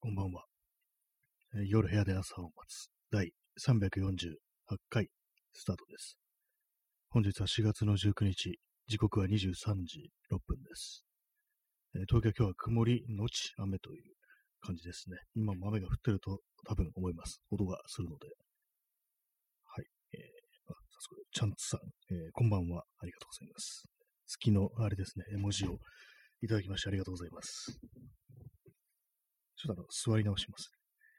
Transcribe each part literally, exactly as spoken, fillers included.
こんばんは。えー夜部屋で朝を待つ第さんびゃくよんじゅうはちかいスタートです。本日はしがつのじゅうくにち、時刻はにじゅうさんじろっぷんです。えー東京は今日は曇りのち雨という感じですね。今も雨が降ってると多分思います。音がするので。はい。えーあ早速、チャンツさん、えーこんばんは。ありがとうございます。月のあれですね、絵文字をいただきましてありがとうございます。ちょっとあの、座り直します。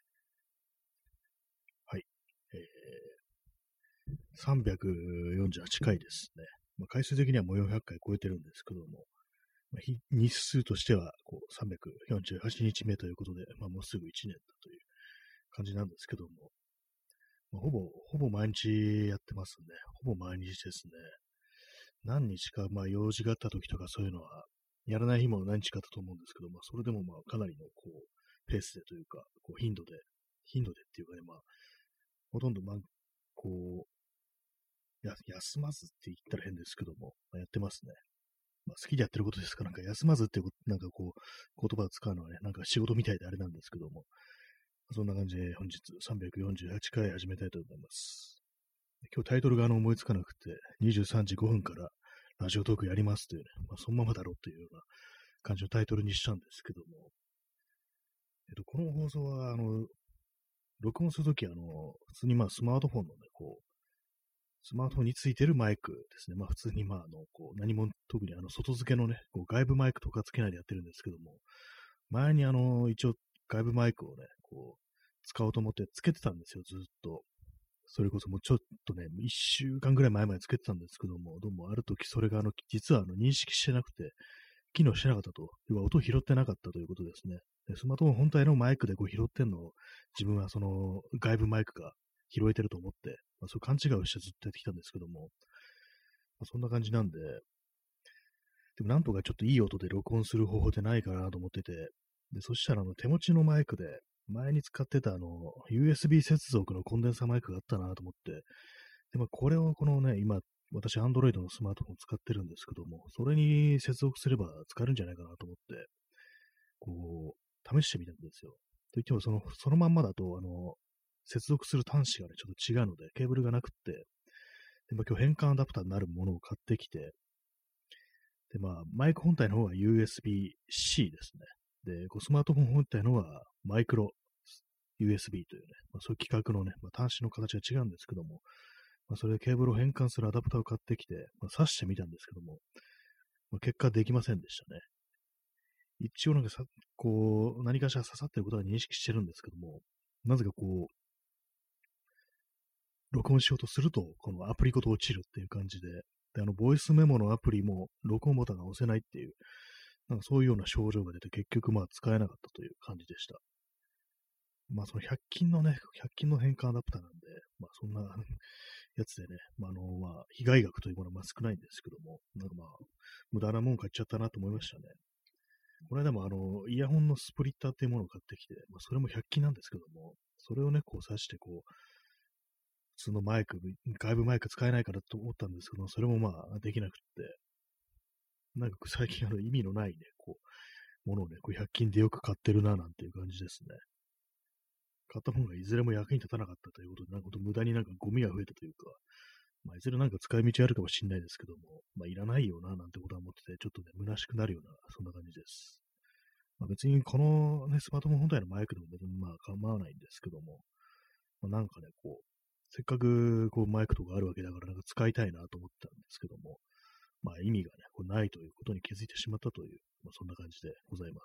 はい。えーさんびゃくよんじゅうはちかいですね。まあ、回数的にはもうよんひゃっかい超えてるんですけども、まあ、日日数としてはこうさんびゃくよんじゅうはちにちめということで、まあ、もうすぐいちねんだという感じなんですけども、まあ、ほぼ、ほぼ毎日やってますね。ほぼ毎日ですね。何日か、まあ、用事があった時とかそういうのは、やらない日も何日かあったと思うんですけど、まあ、それでもまあ、かなりのこう、ペースでというか、こう、頻度で、頻度でっていうかね、まあ、ほとんど、まあ、こう、や、休まずって言ったら変ですけども、まあ、やってますね。まあ、好きでやってることですから、なんか休まずっていうこと、なんかこう、言葉を使うのはね、なんか仕事みたいであれなんですけども、そんな感じで本日さんびゃくよんじゅうはちかい始めたいと思います。今日タイトルがあの思いつかなくて、にじゅうさんじごふんからラジオトークやりますというね、まあ、そのままだろうというような感じのタイトルにしたんですけども、えっと、この放送は、あの、録音するとき、あの、普通にまあスマートフォンのね、こう、スマートフォンについてるマイクですね。まあ普通にまああの、こう何も特にあの外付けのね、こう外部マイクとかつけないでやってるんですけども、前にあの、一応外部マイクをね、こう使おうと思ってつけてたんですよ、ずっと。それこそもうちょっとね、いっしゅうかんぐらい前までつけてたんですけども、どうもある時それがあの、実はあの認識してなくて、機能してなかったと。要は音を拾ってなかったということですね。でスマートフォン本体のマイクでこう拾ってんのを、自分はその外部マイクが拾えてると思って、まあ、そう勘違いをしてずっとやってきたんですけども、まあ、そんな感じなんで、でもなんとかちょっといい音で録音する方法ってないかなと思ってて、で、そしたらあの手持ちのマイクで、前に使ってたあの ユーエスビー 接続のコンデンサーマイクがあったなと思って、で、まあ、これをこのね、今、私 Android のスマートフォン使ってるんですけども、それに接続すれば使えるんじゃないかなと思って、こう、試してみたんですよ。といっても、その、そのまんまだと、あの、接続する端子がね、ちょっと違うので、ケーブルがなくって、で、まあ、今日変換アダプターになるものを買ってきて、で、まあ、マイク本体の方は ユーエスビー-C ですね。で、こうスマートフォン本体の方はマイクロ ユーエスビー というね、まあ、そういう規格のね、まあ、端子の形が違うんですけども、まあ、それでケーブルを変換するアダプターを買ってきて、まあ、挿してみたんですけども、まあ、結果できませんでしたね。一応なんかさ、こう、何かしら刺さってることは認識してるんですけども、なぜかこう、録音しようとすると、このアプリごと落ちるっていう感じで、で、あの、ボイスメモのアプリも録音ボタンが押せないっていう、なんかそういうような症状が出て、結局まあ使えなかったという感じでした。まあそのひゃく均のね、ひゃく均の変換アダプターなんで、まあそんなやつでね、まああの、まあ被害額というものはまあ少ないんですけども、なんかまあ、無駄なもん買っちゃったなと思いましたね。この間もあの、イヤホンのスプリッターっていうものを買ってきて、まあ、それもひゃく均なんですけども、それをね、こう挿して、こう、普通のマイク、外部マイク使えないからと思ったんですけど、それもまあ、できなくって、なんか最近あの、意味のないね、こう、ものをね、こうひゃく均でよく買ってるな、なんていう感じですね。買ったものがいずれも役に立たなかったということで、なんか無駄になんかゴミが増えたというか、まあ、いずれなんか使い道あるかもしれないですけども、まあ、いらないよな、なんてことは思ってて、ちょっとね、虚しくなるような、そんな感じです。まあ、別にこのね、スマートフォン本体のマイクでも別にまあ構わないんですけども、まあ、なんかね、こう、せっかくこうマイクとかあるわけだからなんか使いたいなと思ったんですけども、まあ意味がね、こうないということに気づいてしまったという、まあ、そんな感じでございます。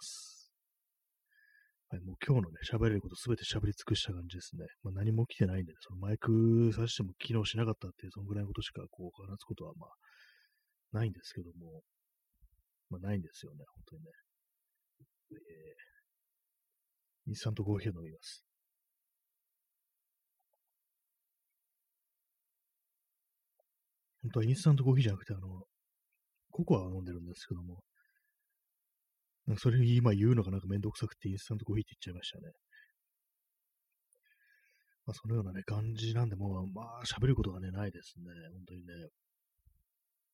はい、もう今日のね、喋れることすべて喋り尽くした感じですね。まあ、何も起きてないんでね、そのマイクさしても機能しなかったっていう、そのぐらいのことしかこう話すことはまあないんですけども、まあないんですよね、本当にね。えー、インスタントコーヒーを飲みます。本当はインスタントコーヒーじゃなくて、あの、ココアを飲んでるんですけども、なんかそれに今言うのがなんかめんどくさくてインスタントコーヒーって言っちゃいましたね。まあ、そのようなね、感じなんで、もう、まあ、喋ることがね、ないですね。本当にね。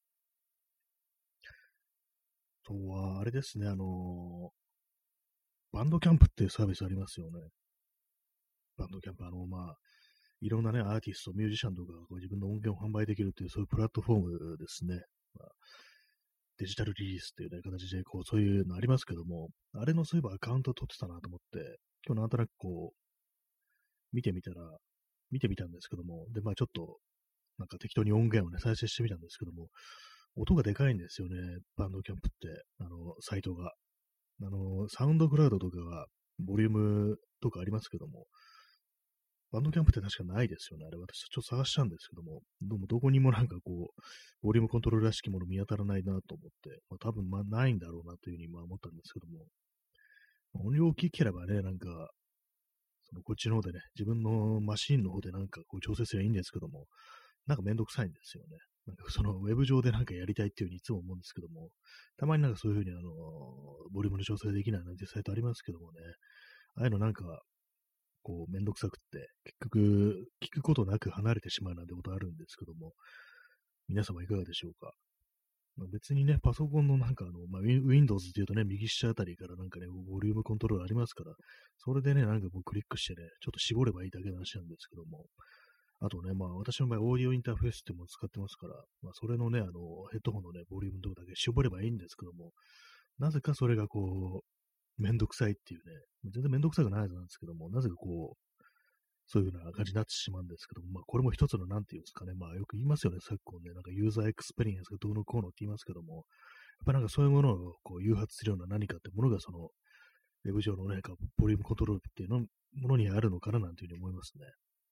あとは、あれですね、あのーバンドキャンプっていうサービスありますよね。バンドキャンプ、あの、まあ、いろんなね、アーティスト、ミュージシャンとかがこう自分の音源を販売できるっていう、そういうプラットフォームですね。まあ、デジタルリリースっていうね、形で、こう、そういうのありますけども、あれのそういえばアカウント取ってたなと思って、今日なんとなくこう、見てみたら、見てみたんですけども、で、まあちょっと、なんか適当に音源をね、再生してみたんですけども、音がでかいんですよね、バンドキャンプって、あの、サイトが。あの、サウンドクラウドとかは、ボリュームとかありますけども、バンドキャンプって確かないですよね。あれ、私ちょっと探したんですけども、どうもどこにもなんかこう、ボリュームコントロールらしきもの見当たらないなと思って、まあ多分まあないんだろうなというふうにまあ思ったんですけども、音量大きければね、なんか、そのこっちの方でね、自分のマシンの方でなんかこう調整すればいいんですけども、なんかめんどくさいんですよね。なんかそのウェブ上でなんかやりたいっていうふうにいつも思うんですけども、たまになんかそういうふうにあの、ボリュームの調整できないなんてサイトありますけどもね、ああいうのなんか、こうめんどくさくって、結局、聞くことなく離れてしまうなんてことあるんですけども、皆様いかがでしょうか。まあ、別にね、パソコンのなんかあの、まあ、Windows っていうとね、右下あたりからなんかね、ボリュームコントロールありますから、それでね、なんかこうクリックしてね、ちょっと絞ればいいだけの話なんですけども、あとね、まあ私の場合、オーディオインターフェースっていうものを使ってますから、まあそれのね、あの、ヘッドホンのね、ボリュームのとこだけ絞ればいいんですけども、なぜかそれがこう、めんどくさいっていうね、全然めんどくさくないはずなんですけども、なぜかこう、そういうような感じになってしまうんですけども、まあこれも一つのなんていうんですかね、まあよく言いますよね、昨今ね、なんかユーザーエクスペリエンスがどうのこうのって言いますけども、やっぱなんかそういうものをこう誘発するような何かってものがその、ウェブ上のね、ボリュームコントロールっていうのものにあるのかななんていうふうに思いますね。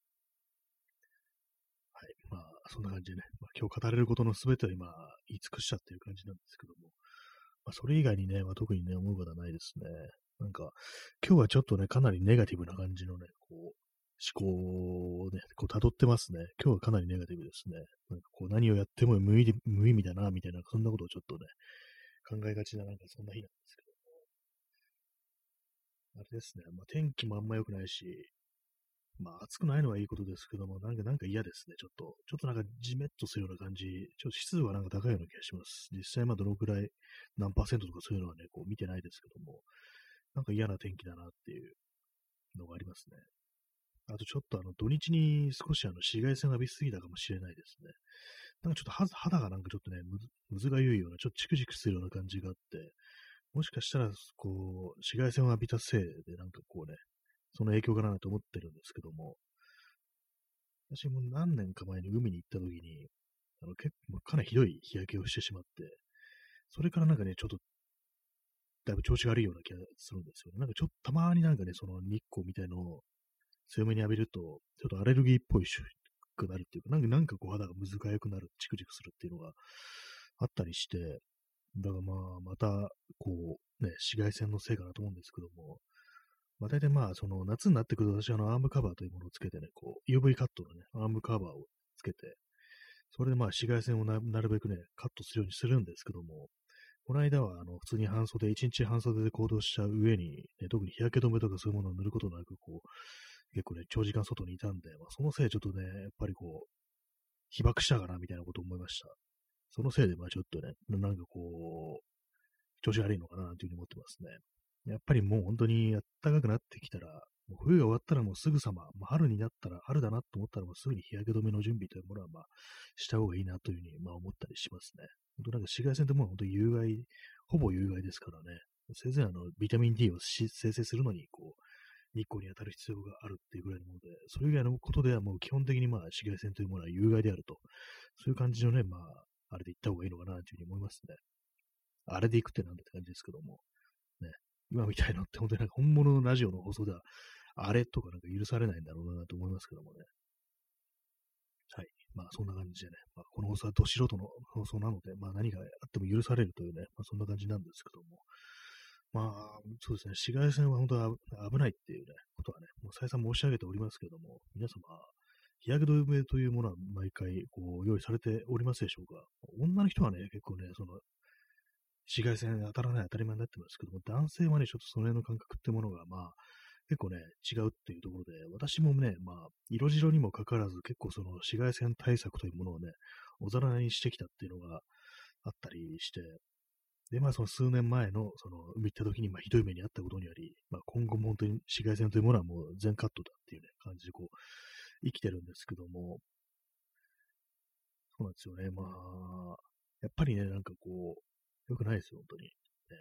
はい。まあ、そんな感じでね、まあ、今日語れることのすべてを今、言い尽くしちゃっていう感じなんですけども、まあ、それ以外にね、まあ、特にね、思うことはないですね。なんか、今日はちょっとね、かなりネガティブな感じのね、こう、思考をね、こう辿ってますね。今日はかなりネガティブですね。なんかこう、何をやっても無意味無意味だな、みたいな、そんなことをちょっとね、考えがちな、なんかそんな日なんですけど、あれですね、まあ、天気もあんま良くないし、まあ、暑くないのはいいことですけども、なんか、なんか嫌ですね、ちょっと。ちょっとなんか、じめっとするような感じ。ちょっと湿度がなんか高いような気がします。実際、まあ、どのくらい、何パーセントとかそういうのはね、こう見てないですけども、なんか嫌な天気だなっていうのがありますね。あと、ちょっとあの、土日に少しあの、紫外線を浴びすぎたかもしれないですね。なんかちょっと肌肌がなんかちょっとね、むず、むずがゆいような、ちょっとチクチクするような感じがあって、もしかしたら、こう、紫外線を浴びたせいで、なんかこうね、その影響かなと思ってるんですけども、私も何年か前に海に行った時に、あの結構かなりひどい日焼けをしてしまって、それからなんかね、ちょっとだいぶ調子が悪いような気がするんですよね。なんかちょっとたまになんかね、その日光みたいのを強めに浴びると、ちょっとアレルギーっぽいくなるっていうか、なんかなんかこう肌がむずがゆくなる、チクチクするっていうのがあったりして、だからまあ、また、こう、ね、紫外線のせいかなと思うんですけども、まあ大体まあ、その夏になってくると私はあのアームカバーというものをつけてね、こう、ユーブイ カットのね、アームカバーをつけて、それでまあ紫外線をななるべくね、カットするようにするんですけども、この間はあの普通に半袖、一日半袖で行動した上に、ね、特に日焼け止めとかそういうものを塗ることなく、こう、結構ね、長時間外にいたんで、まあ、そのせいでちょっとね、やっぱりこう、被爆したかなみたいなことを思いました。そのせいで、まあちょっとね、なんかこう、調子悪いのかなというふうに思ってますね。やっぱりもう本当に暖かくなってきたら、もう冬が終わったらもうすぐさま、まあ、春になったら、春だなと思ったらもうすぐに日焼け止めの準備というものはまあした方がいいなというふうにまあ思ったりしますね。本当なんか紫外線ってもう本当有害、ほぼ有害ですからね。せいぜいあのビタミン D を生成するのにこう日光に当たる必要があるっていうぐらいのもので、それ以外のことではもう基本的にまあ紫外線というものは有害であると、そういう感じのね、まあ、あれで言った方がいいのかなというふうに思いますね。あれで行くってなんだって感じですけども。ね、今みたいのって本当になんか本物のラジオの放送では、あれとかなんか許されないんだろうなと思いますけどもね。はい。まあそんな感じでね、まあ、この放送はど素人の放送なので、まあ何があっても許されるというね、まあそんな感じなんですけども。まあ、そうですね、紫外線は本当は危ないっていうね、ことはね、もう再三申し上げておりますけども、皆様、日焼け止めというものは毎回こう用意されておりますでしょうか。女の人はね、結構ね、その紫外線当たらない当たり前になってますけども、男性はね、ちょっとその辺の感覚ってものが、まあ、結構ね、違うっていうところで、私もね、まあ、色白にもかかわらず、結構その紫外線対策というものをね、おざなりにしてきたっていうのがあったりして、で、まあ、その数年前の、その、海行った時に、まあ、ひどい目にあったことにより、まあ、 今後も本当に紫外線というものはもう全カットだっていうね、感じでこう、生きてるんですけども、そうなんですよね。まあ、やっぱりね、なんかこう、良くないですよ、本当に。ね、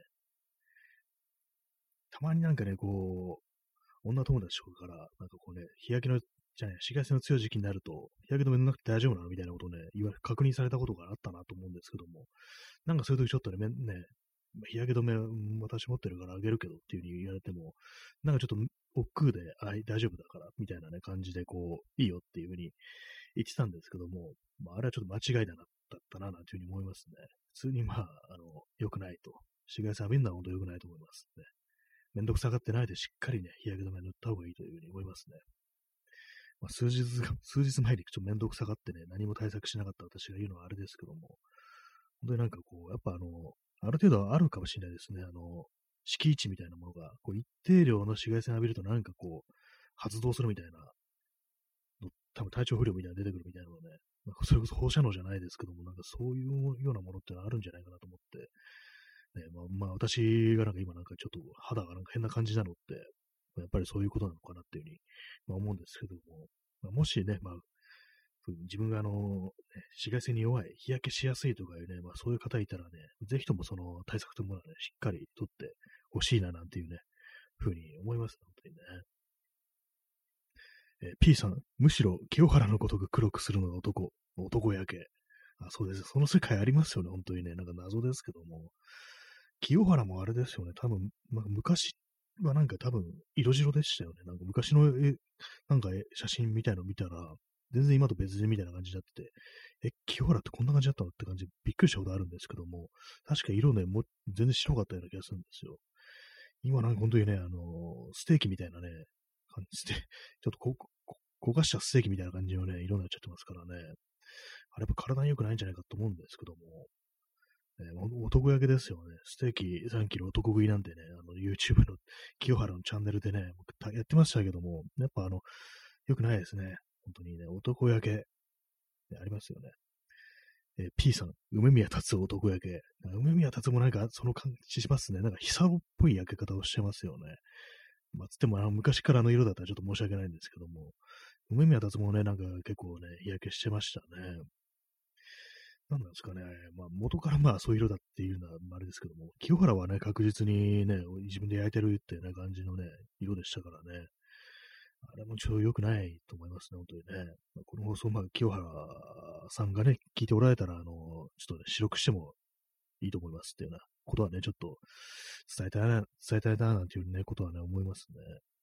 たまになんかね、こう、女友達とかから、なんかこうね、日焼けの、じゃない、紫外線の強い時期になると、日焼け止め塗らなくて大丈夫なのみたいなことをね、言われ、確認されたことがあったなと思うんですけども、なんかそういう時ちょっとね、めんね、日焼け止め、うん私持ってるからあげるけどっていう風に言われても、なんかちょっと億劫で、あ、大丈夫だから、みたいなね、感じでこう、いいよっていう風に言ってたんですけども、まあ、あれはちょっと間違いだな、だったな、なんていう風に思いますね。普通にまあ、あの、良くないと。紫外線浴びるのは本当良くないと思いますね。めんどくさがってないでしっかりね、日焼け止め塗った方がいいという風に思いますね。まあ、数日が、数日前にちょっとめんどくさがってね、何も対策しなかった私が言うのはあれですけども、本当になんかこう、やっぱあの、ある程度あるかもしれないですね。あの、敷地みたいなものが、こう一定量の紫外線浴びるとなんかこう、発動するみたいな、の多分体調不良みたいなの出てくるみたいなのね、なんかそれこそ放射能じゃないですけども、なんかそういうようなものってのはあるんじゃないかなと思って、ね、まあ、まあ、私がなんか今なんかちょっと肌がなんか変な感じなのって、やっぱりそういうことなのかなっていうふうに、まあ、思うんですけども、まあ、もしね、まあ、そういう自分があの、ね、紫外線に弱い、日焼けしやすいとかいうね、まあそういう方いたらね、ぜひともその対策というものはね、しっかりとってほしいななんていうね、ふうに思います、本当にね。えー P さん、むしろ清原のごとく黒くするのが男、男焼け。あ、そうです。その世界ありますよね、本当にね。なんか謎ですけども。清原もあれですよね。多分、まあ、昔はなんか多分色白でしたよね。なんか昔の絵、なんか絵写真みたいの見たら、全然今と別人みたいな感じになってて、え、清原ってこんな感じだったのって感じでびっくりしたことあるんですけども、確か色ね、もう全然白かったような気がするんですよ。今なんか本当にね、あのーステーキみたいなね、感じで、ちょっとここ焦がしたステーキみたいな感じのね、色になっちゃってますからね。あれやっぱ体に良くないんじゃないかと思うんですけども、ね、男焼けですよね。ステーキさんキロ男食いなんてね、あの YouTube の清原のチャンネルでね、僕やってましたけども、やっぱあの、良くないですね。本当にね、男焼け、ね、ありますよね。えー P さん、梅宮達夫男焼け。梅宮達夫もなんかその感じしますね。なんか久男っぽい焼け方をしてますよね。まあ、つってもあの昔からあの色だったらちょっと申し訳ないんですけども、梅宮達夫もね、なんか結構ね、日焼けしてましたね。なんなんですかね。まあ、元からまあそういう色だっていうのはあれですけども、清原はね、確実にね、自分で焼いてるっていうね、感じのね、色でしたからね。あれもちょっと良くないと思いますね、本当にね。まあ、この放送、まあ、清原さんがね、聞いておられたら、あの、ちょっとね、白くしてもいいと思いますっていうようなことはね、ちょっと伝えたいな、伝えたいな、なんていうね、ことはね、思いますね。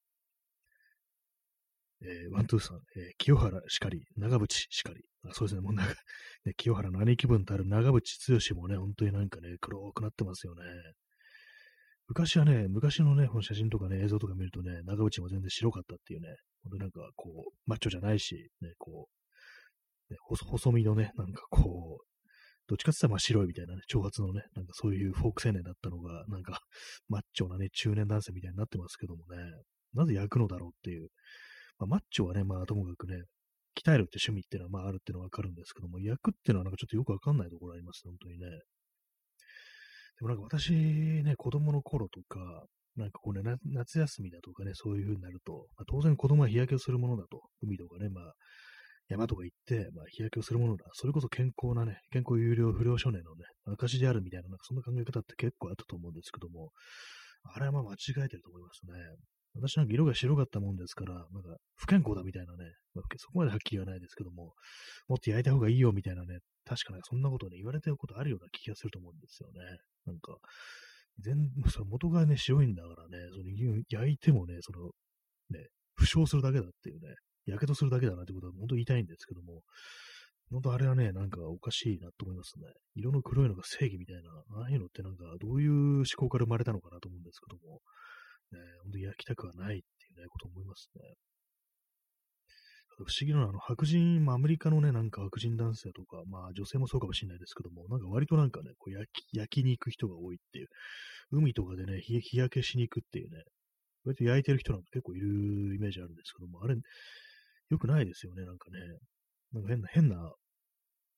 えーワントゥーさん、えー清原しかり、長渕しかり。あ、そうですね、もうなんかね、清原の兄貴分とある長渕剛もね、本当になんかね、黒くなってますよね。昔はね、昔のね、この写真とかね、映像とか見るとね、長渕も全然白かったっていうね、本当なんかこう、マッチョじゃないし、ね、こう、ね、細細身のね、なんかこう、どっちかって言ったらまあ白いみたいなね、長髪のね、なんかそういうフォーク青年だったのが、なんか、マッチョなね、中年男性みたいになってますけどもね、なぜ焼くのだろうっていう、まあ、マッチョはね、まあ、ともかくね、鍛えるって趣味っていうのは、まあ、あるっていうのはわかるんですけども、焼くっていうのはなんかちょっとよくわかんないところありますね、本当にね。でもなんか私ね、子供の頃とか、なんかこうね、な夏休みだとかね、そういう風になると、まあ、当然子供は日焼けをするものだと、海とかね、まあ、山とか行って、まあ、日焼けをするものだ。それこそ健康なね、健康有料不良少年のね、証であるみたいな、なんかそんな考え方って結構あったと思うんですけども、あれはまあ間違えてると思いますね。私なんか色が白かったもんですから、なんか不健康だみたいなね、まあ、そこまではっきりはないですけども、もっと焼いた方がいいよみたいなね、確かね、そんなことね、言われてることあるような気がすると思うんですよね。なんか、全、その元がね、白いんだからね、その焼いてもね、その、ね、負傷するだけだっていうね、やけどするだけだなってことは本当に言いたいんですけども、本当あれはね、なんかおかしいなと思いますね。色の黒いのが正義みたいな、ああいうのってなんかどういう思考から生まれたのかなと思うんですけども、ね、本当に焼きたくはないっていうね、ことを思いますね。不思議なのは、あの、白人、まあ、アメリカのね、なんか白人男性とか、まあ、女性もそうかもしれないですけども、なんか割となんかね、こう焼き、焼きに行く人が多いっていう、海とかでね、日日焼けしに行くっていうね、割と焼いてる人なんか結構いるイメージあるんですけども、あれ、良くないですよね、なんかね。なんか変な、変な、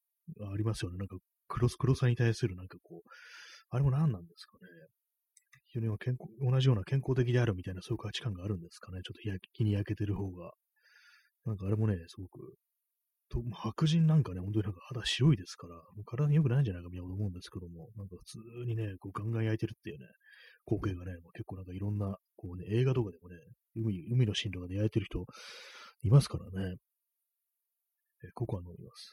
ありますよね。なんか、黒す、黒さに対するなんかこう、あれも何なんですかね。 非常に健康、同じような健康的であるみたいなそういう価値観があるんですかね。ちょっと日焼け日に焼けてる方が。なんかあれもね、すごく、と白人なんかね、本当になんか肌白いですから、もう体に良くないんじゃないかみたいな思うんですけども、なんか普通にね、こうガンガン焼いてるっていうね、光景がね、まあ、結構なんかいろんな、こうね、映画とかでもね、海、海のシーンとかで焼いてる人いますからね。えココア飲みます。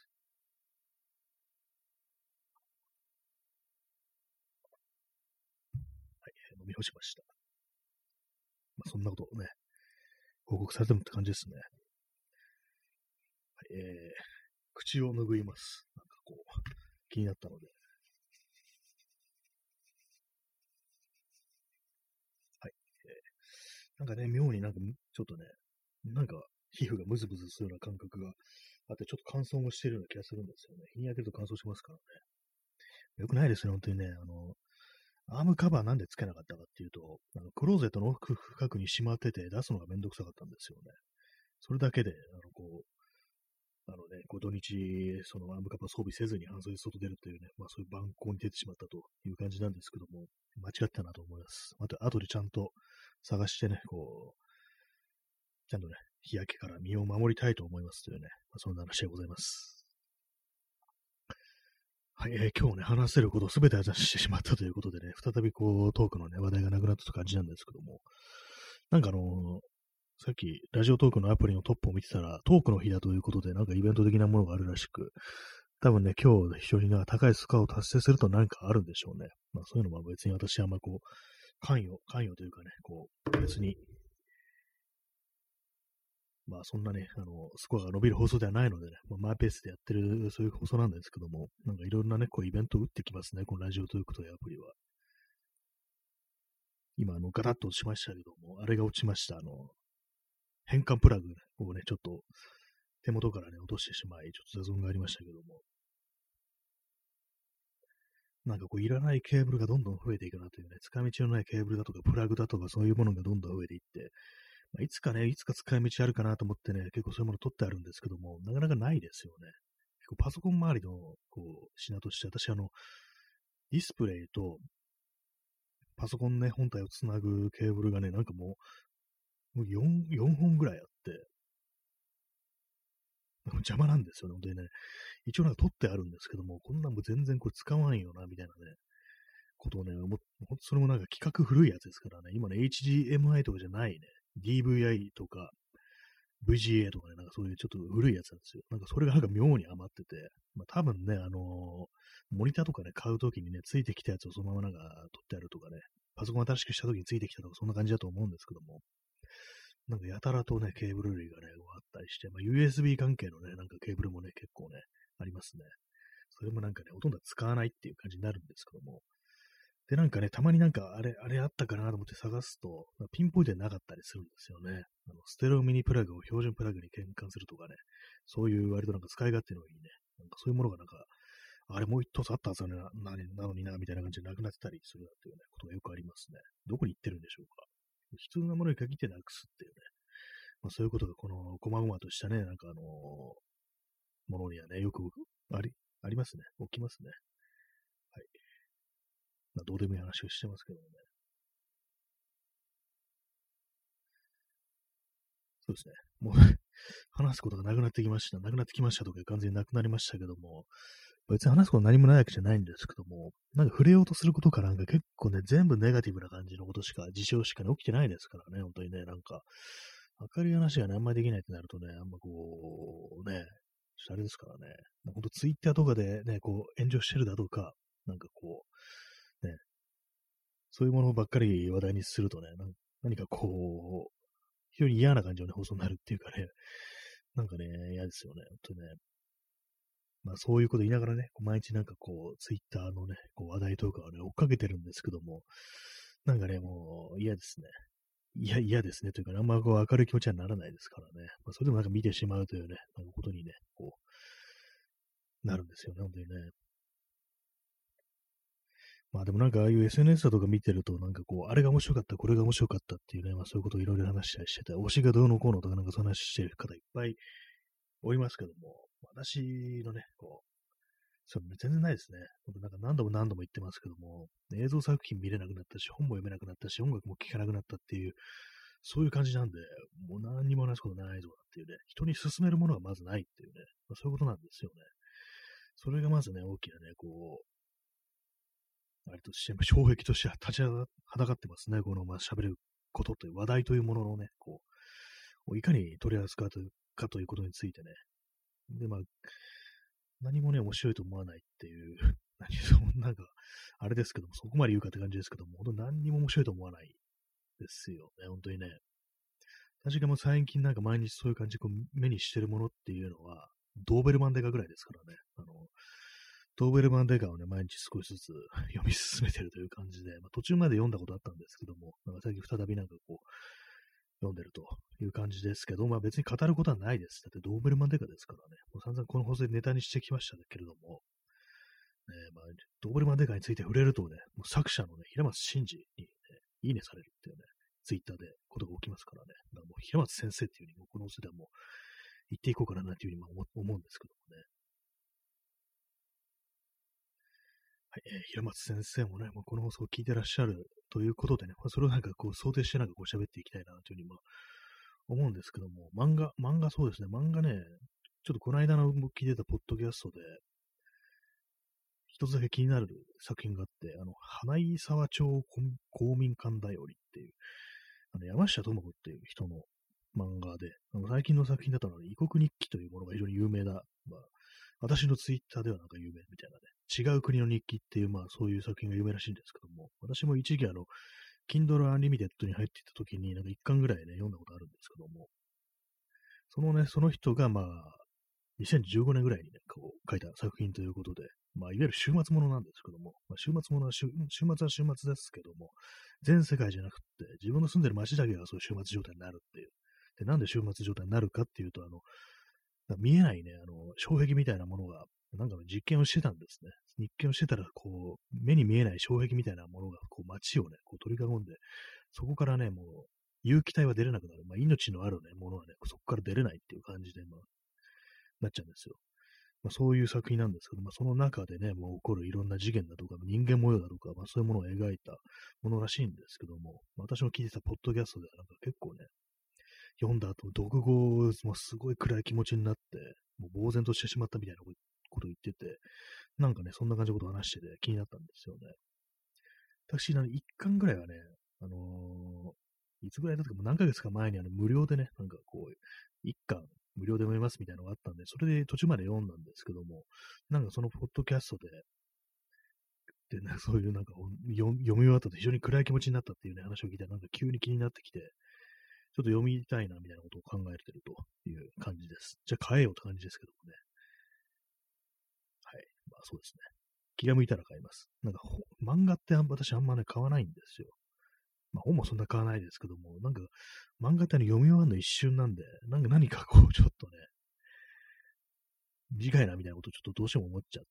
はい、飲み干しました。まあ、そんなことをね、報告されてもって感じですね。はい、えー、口を拭います。なんかこう、気になったので。はい。えー、なんかね、妙になんか、ちょっとね、なんか、皮膚がムズムズするような感覚があって、ちょっと乾燥もしてるような気がするんですよね。日に焼けると乾燥しますからね。よくないですね、本当にね。あの、アームカバーなんでつけなかったかっていうと、あのクローゼットの奥深くにしまってて出すのがめんどくさかったんですよね。それだけで、あの、こう、あのね、こう土日、そのアームカバー装備せずに半袖で外出るというね、まあそういう蛮行に出てしまったという感じなんですけども、間違ったなと思います。また後でちゃんと探してね、こう、ちゃんとね、日焼けから身を守りたいと思いますというね、まあ、そんな話でございます。はい、えー今日ね、話せることをすべて話してしまったということでね、再びこう、トークのね、話題がなくなったという感じなんですけども、なんかあのーさっき、ラジオトークのアプリのトップを見てたら、トークの日だということで、なんかイベント的なものがあるらしく、多分ね、今日非常になんか高いスコアを達成すると何かあるんでしょうね。まあそういうのは別に私はあんまこう、関与、関与というかね、こう、別にまあそんなね、あの、スコアが伸びる放送ではないのでね、まあ、マイペースでやってる、そういう放送なんですけども、なんかいろんなね、こうイベントを打ってきますね、このラジオということでアプリは。今、あの、ガタッと落ちましたけども、あれが落ちました。あの、変換プラグをね、ちょっと手元からね、落としてしまい、ちょっと雑音がありましたけども、なんかこう、いらないケーブルがどんどん増えていくなというね、使い道のないケーブルだとか、プラグだとか、そういうものがどんどん増えていって、まあ、いつかね、いつか使い道あるかなと思ってね、結構そういうもの取ってあるんですけども、なかなかないですよね。結構パソコン周りの、こう、品として、私、あの、ディスプレイとパソコンね、本体をつなぐケーブルがね、なんかもう、もうよん、よんほんぐらいあって、邪魔なんですよね、本当にね。一応なんか取ってあるんですけども、こんなんも全然これ使わんよな、みたいなね、ことをね、思っそれもなんか規格古いやつですからね、今ね、エイチディーエムアイ とかじゃないね、ディーブイアイ とか、ブイジーエー とかね、なんかそういうちょっと古いやつなんですよ。なんかそれがなんか妙に余ってて、まあ多分ね、あのーモニターとかね、買うときにね、ついてきたやつをそのままなんか取ってあるとかね、パソコン新しくしたときについてきたとか、そんな感じだと思うんですけども、なんかやたらとね、ケーブル類がね、あったりして、まあ、ユーエスビー 関係のね、なんかケーブルもね、結構ね、ありますね。それもなんかね、ほとんど使わないっていう感じになるんですけども。で、なんかね、たまになんか、あれ、あれあったかなと思って探すと、ピンポイントでなかったりするんですよね。あのステレオミニプラグを標準プラグに変換するとかね、そういう割となんか使い勝手のいいね、なんかそういうものがなんか、あれもう一つあったはずなななのにな、みたいな感じでなくなってたりするなっていうね、ことがよくありますね。どこに行ってるんでしょうか。必要なものに限ってなくすっていうね、まあ、そういうことがこの、細々としたね、なんかあのーものにはね、よくあり、ありますね。起きますね。はい。まあ、どうでもいい話をしてますけどもね。そうですね。もう話すことがなくなってきました。なくなってきましたとか完全になくなりましたけども、別に話すこと何もないわけじゃないんですけども、なんか触れようとすることからなんか結構ね、全部ネガティブな感じのことしか、事象しか、ね、起きてないですからね、本当にね、なんか、明るい話がね、あんまりできないってなるとね、あんまこう、ね、ちょっとあれですからね、ほんとツイッターとかでね、こう、炎上してるだとか、なんかこう、ね、そういうものばっかり話題にするとね、なん何かこう、非常に嫌な感じの、ね、放送になるっていうかね、なんかね、嫌ですよね、ほんとね。まあそういうこと言いながらね、こう毎日なんかこう、ツイッターのね、こう話題とかをね、追っかけてるんですけども、なんかね、もう嫌ですね。いや、嫌ですね。というか、ね、あんまこう明るい気持ちにはならないですからね。まあ、それでもなんか見てしまうというね、なんかことにね、こう、なるんですよね、本当にね。まあでもなんかああいう エスエヌエス だとか見てると、なんかこう、あれが面白かった、これが面白かったっていうね、まあそういうことをいろいろ話したりしてて、推しがどうのこうのとかなんかそういう話してる方いっぱいおりますけども、私のね、こう、 そう、全然ないですね。ほんとなんか何度も何度も言ってますけども、映像作品見れなくなったし、本も読めなくなったし、音楽も聴かなくなったっていう、そういう感じなんで、もう何にも話すことないぞっていうね、人に勧めるものがまずないっていうね、まあ、そういうことなんですよね。それがまずね、大きなね、こう、割として障壁としては立ちはだかってますね。この、まあ、喋ることという話題というもののね、こう、いかに取り扱うかということについてね。で、まあ、何もね、面白いと思わないっていう、何、そんなんか、あれですけども、そこまで言うかって感じですけども、本当何にも面白いと思わないですよね、本当にね。確かもう最近なんか毎日そういう感じでこう目にしてるものっていうのは、ドーベルマンデカぐらいですからね。あの、ドーベルマンデカをね、毎日少しずつ読み進めてるという感じで、まあ、途中まで読んだことあったんですけども、なんか最近再びなんかこう、読んでるという感じですけど、まあ別に語ることはないです。だってドーベルマンデカですからね。もう散々この放送でネタにしてきましたけれども、ね、まあ、ドーベルマンデカについて触れるとね、もう作者のね、平松真二に、ね、いいねされるっていうね、ツイッターでことが起きますからね。だからもう平松先生っていう風にもこの世代も言っていこうかななんていうふうにまあ思思うんですけどもね。はい、えー平松先生もね、もうこの放送を聞いてらっしゃるということでね、まあ、それをなんかこう想定してなんかこう喋っていきたいなというふうにまあ思うんですけども、漫画、漫画そうですね、漫画ね、ちょっとこの間の僕聞いてたポッドキャストで、一つだけ気になる作品があって、あの、花井沢町公民館だよりっていう、あの山下智子っていう人の漫画で、あの最近の作品だったので、異国日記というものが非常に有名な、まあ、私のツイッターではなんか有名みたいなね、違う国の日記っていう、まあそういう作品が有名らしいんですけども、私も一時期あの、Kindle Unlimited に入っていた時に、なんか一巻ぐらいね、読んだことあるんですけども、そのね、その人がまあ、にせんじゅうごねんぐらいにね、こう書いた作品ということで、まあ、いわゆる週末ものなんですけども、まあ、週末ものは週、週末は週末ですけども、全世界じゃなくって、自分の住んでる街だけがそういう週末状態になるっていう。で、なんで週末状態になるかっていうと、あの、見えないね、あの、障壁みたいなものが、なんかの実験をしてたんですね。実験をしてたら、こう、目に見えない障壁みたいなものが、こう、街をね、こう取り囲んで、そこからね、もう、有機体は出れなくなる。まあ、命のあるね、ものはね、そこから出れないっていう感じで、まあ、なっちゃうんですよ。まあ、そういう作品なんですけど、まあ、その中でね、もう起こるいろんな事件だとか、人間模様だとか、まあ、そういうものを描いたものらしいんですけども、私も聞いてたポッドキャストではなんか結構ね、読んだ後、読後、もうすごい暗い気持ちになって、もう呆然としてしまったみたいなことを言ってて、なんかね、そんな感じのことを話してて気になったんですよね。私、あの、一巻ぐらいはね、あのーいつぐらいだったか、もう何ヶ月か前にあの無料でね、なんかこう、一巻無料で読めますみたいなのがあったんで、それで途中まで読んだんですけども、なんかそのポッドキャストで、でね、そういうなんか読み終わったと非常に暗い気持ちになったっていうね、話を聞いたら、なんか急に気になってきて、ちょっと読みたいなみたいなことを考えてるという感じです。じゃあ買えよって感じですけどもね。はい。まあそうですね。気が向いたら買います。なんか漫画って私あんまね、買わないんですよ。まあ本もそんな買わないですけども、なんか漫画って読み終わるの一瞬なんで、なんか何かこうちょっとね、短いなみたいなことをちょっとどうしても思っちゃって、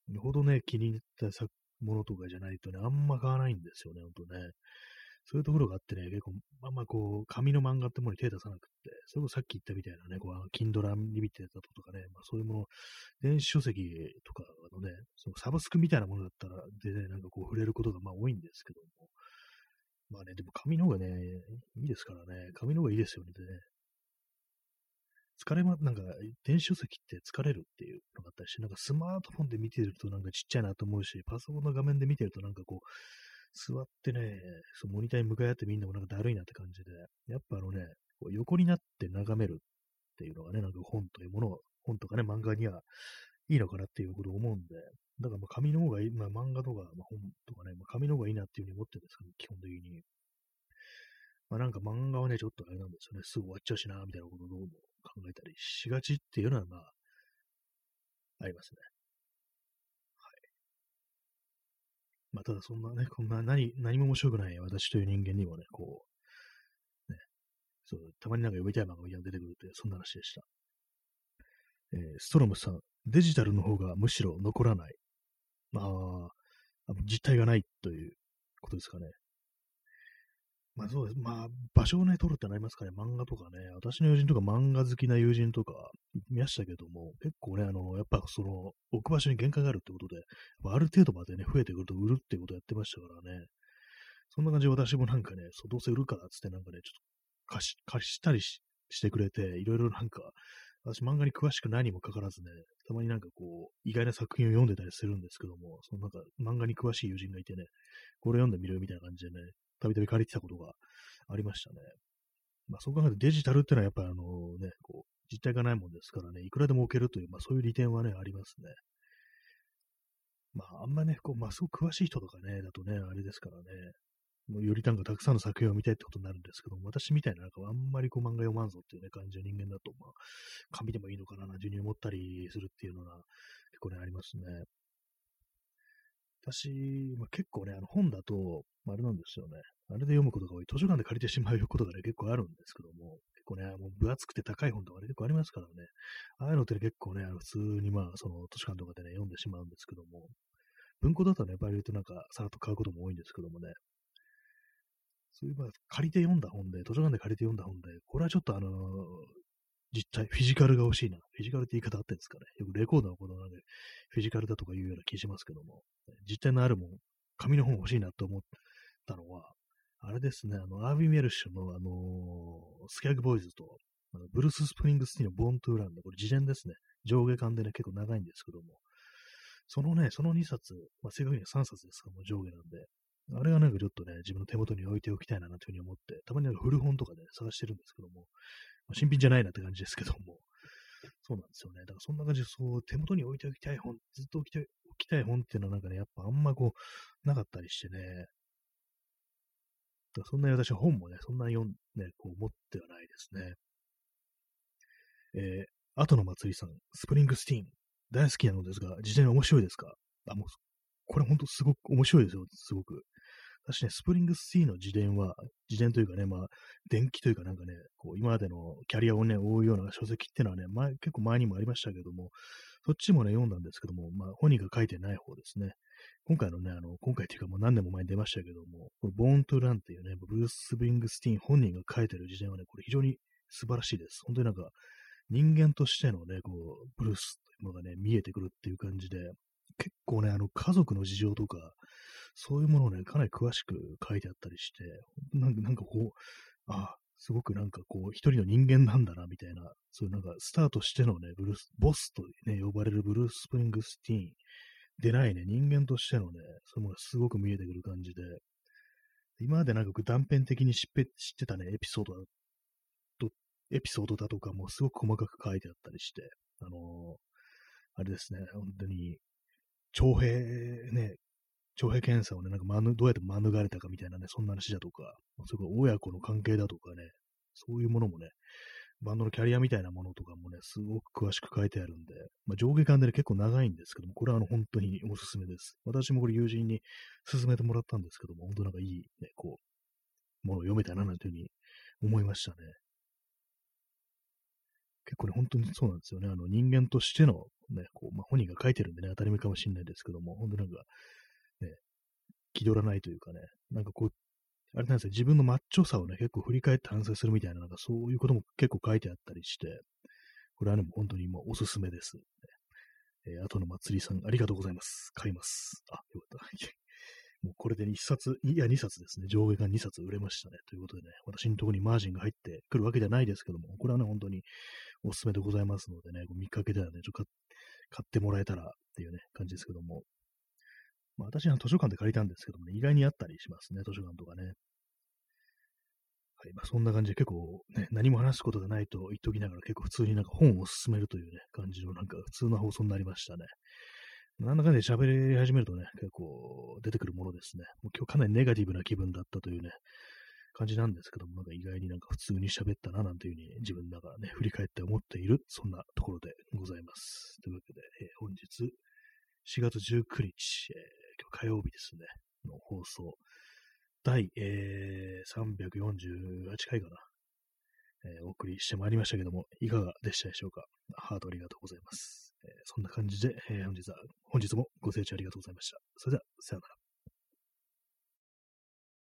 よほどね、気に入った作ものとかじゃないとね、あんま買わないんですよね、ほんとね。そういうところがあってね、結構、あんまこう、紙の漫画ってものに手出さなくって、それこそさっき言ったみたいなね、こう、Kindle Unlimited だとかね、まあそういうもの、電子書籍とかのね、そのサブスクみたいなものだったら、でね、なんかこう触れることがまあ多いんですけども、まあね、でも紙の方がね、いいですからね、紙の方がいいですよね、でね。疲れま、なんか、電子書籍って疲れるっていうのがあったりして、なんかスマートフォンで見てるとなんかちっちゃいなと思うし、パソコンの画面で見てるとなんかこう、座ってね、そのモニターに向かい合ってみんなもなんかだるいなって感じで、やっぱあのね、こう横になって眺めるっていうのがね、なんか本というものを、本とかね、漫画にはいいのかなっていうことを思うんで、だからまあ紙の方がいい、まあ漫画とか、まあ、本とかね、まあ、紙の方がいいなっていうふうに思ってるんですけど、基本的に。まあなんか漫画はね、ちょっとあれなんですよね、すぐ終わっちゃうしな、みたいなことをどうも考えたりしがちっていうのはまあ、ありますね。まあただそんなね、こんな何、何も面白くない私という人間にもね、こう、ね、そう、たまになんか読みたい漫画が出てくるって、そんな話でした。えーストロムさん、デジタルの方がむしろ残らない。まあ、実体がないということですかね。 まあそうです。まあ、場所をね、取るってなりますかね。漫画とかね。私の友人とか漫画好きな友人とかいましたけども、結構ね、あの、やっぱその、置く場所に限界があるってことで、ある程度までね、増えてくると売るっていうことをやってましたからね。そんな感じで私もなんかね、そうどうせ売るからっつってなんかね、ちょっと貸し、貸したりししてくれて、いろいろなんか、私漫画に詳しくないにもかかわらずね、たまになんかこう、意外な作品を読んでたりするんですけども、そのなんか漫画に詳しい友人がいてね、これ読んでみるみたいな感じでね、たびたび借りてたことがありましたね。まあそう考えるとデジタルってのはやっぱりあのね、こう、実体がないもんですからね、いくらでも置けるという、まあそういう利点はね、ありますね。まああんまね、こう、まあすごく詳しい人とかね、だとね、あれですからね、もうよりなんかたくさんの作品を見たいってことになるんですけども、私みたいななんかあんまりこう漫画読まんぞっていうね、感じの人間だと、まあ、紙でもいいのかな、なんていうふうに思ったりするっていうのが結構ね、ありますね。私、まあ、結構ね、あの本だと、まあ、あれなんですよね。あれで読むことが多い。図書館で借りてしまうことがね、結構あるんですけども、結構ね、もう分厚くて高い本とかね、結構ありますからね。ああいうのってね結構ね、あの普通にまあ、その図書館とかでね、読んでしまうんですけども、文庫だとね、やっぱり言うとなんか、さらっと買うことも多いんですけどもね、そういう、まあ、借りて読んだ本で、図書館で借りて読んだ本で、これはちょっとあのー実体、フィジカルが欲しいな。フィジカルって言い方あってんですかね。よくレコードのことなんで、フィジカルだとかいうような気しますけども、実体のあるもん、紙の本欲しいなと思ったのは、あれですね、あの、アービー・メルシュの、あのースキャグボーイズと、あのブルース・スプリングスティーンのボーン・トゥーランド、これ自伝ですね。上下巻でね、結構長いんですけども、そのね、そのにさつ、まあ、正確にはさんさつですか、もう上下なんで、あれはなんかちょっとね、自分の手元に置いておきたいな、というふうに思って、たまになんか古本とかで、ね、探してるんですけども、まあ、新品じゃないなって感じですけども、そうなんですよね。だからそんな感じで、そう、手元に置いておきたい本、ずっと置きたい、置きたい本っていうのはなんかね、やっぱあんまこう、なかったりしてね、だからそんなに私は本もね、そんなに読んね、こう持ってはないですね。えー、後の祭りさん、スプリングスティーン、大好きなのですが、自伝は面白いですか？あ、もう、これ本当すごく面白いですよ、すごく。私ね、スプリングスティーンの自伝は、自伝というかね、まあ、伝記というかなんかね、こう、今までのキャリアをね、覆うような書籍っていうのはね、前、結構前にもありましたけども、そっちもね、読んだんですけども、まあ、本人が書いてない方ですね。今回のね、あの、今回っていうかもう何年も前に出ましたけども、このボーントゥーランっていうね、ブルース・スプリングスティーン本人が書いてる自伝はね、これ非常に素晴らしいです。本当になんか、人間としてのね、こう、ブルースというものがね、見えてくるっていう感じで、結構ね、あの、家族の事情とか、そういうものをね、かなり詳しく書いてあったりして、なんか、なんかこう、あ、すごくなんかこう、一人の人間なんだな、みたいな、そういうなんか、スターとしてのね、ブルース、ボスとね、呼ばれるブルース・スプリングスティーンでないね、人間としてのね、そういうものがすごく見えてくる感じで、今までなんか断片的に知って知ってたね、エピソードだと、エピソードだとかもすごく細かく書いてあったりして、あのーあれですね、本当に、徴兵ね、徴兵検査をね、なんか免どうやって免れたかみたいなね、そんな話だとか、それから親子の関係だとかね、そういうものもね、バンドのキャリアみたいなものとかもね、すごく詳しく書いてあるんで、まあ、上下巻でね、結構長いんですけども、これはあの本当におすすめです。私もこれ友人に勧めてもらったんですけども、本当なんかいいね、こう、ものを読めたななんていうふうに思いましたね。結構ね、本当にそうなんですよね。あの人間としてのね、こう、まあ、本人が書いてるんでね、当たり前かもしれないですけども、本当なんかね、気取らないというかね、なんかこう、あれなんですよ、自分のマッチョさをね、結構振り返って反省するみたいな、なんかそういうことも結構書いてあったりして、これはね、もう本当にもうおすすめです。えー、後の祭りさん、ありがとうございます。買います。あ、よかった。もうこれでいっさつ、いや、にさつですね。上下がにさつ売れましたね。ということでね、私のところにマージンが入ってくるわけじゃないですけども、これはね、本当におすすめでございますのでね、見かけたらね、ちょっと買ってもらえたらっていうね、感じですけども。まあ、私は図書館で借りたんですけどもね、意外にあったりしますね、図書館とかね。はい。まあ、そんな感じで結構ね、何も話すことがないと言っておきながら結構普通になんか本を進めるというね、感じのなんか普通な放送になりましたね。なんだかんだで喋り始めるとね、結構出てくるものですね。もう今日かなりネガティブな気分だったというね、感じなんですけども、なんか意外になんか普通に喋ったななんていうふうに自分の中ね、振り返って思っている、そんなところでございます。というわけで、えー本日しがつじゅうくにち、えー今日火曜日ですね、の放送、第、えーさんびゃくよんじゅうはちかいかな、えーお送りしてまいりましたけども、いかがでしたでしょうか。ハートありがとうございます。えーそんな感じで、えー本日は、本日もご清聴ありがとうございました。それでは、さようなら。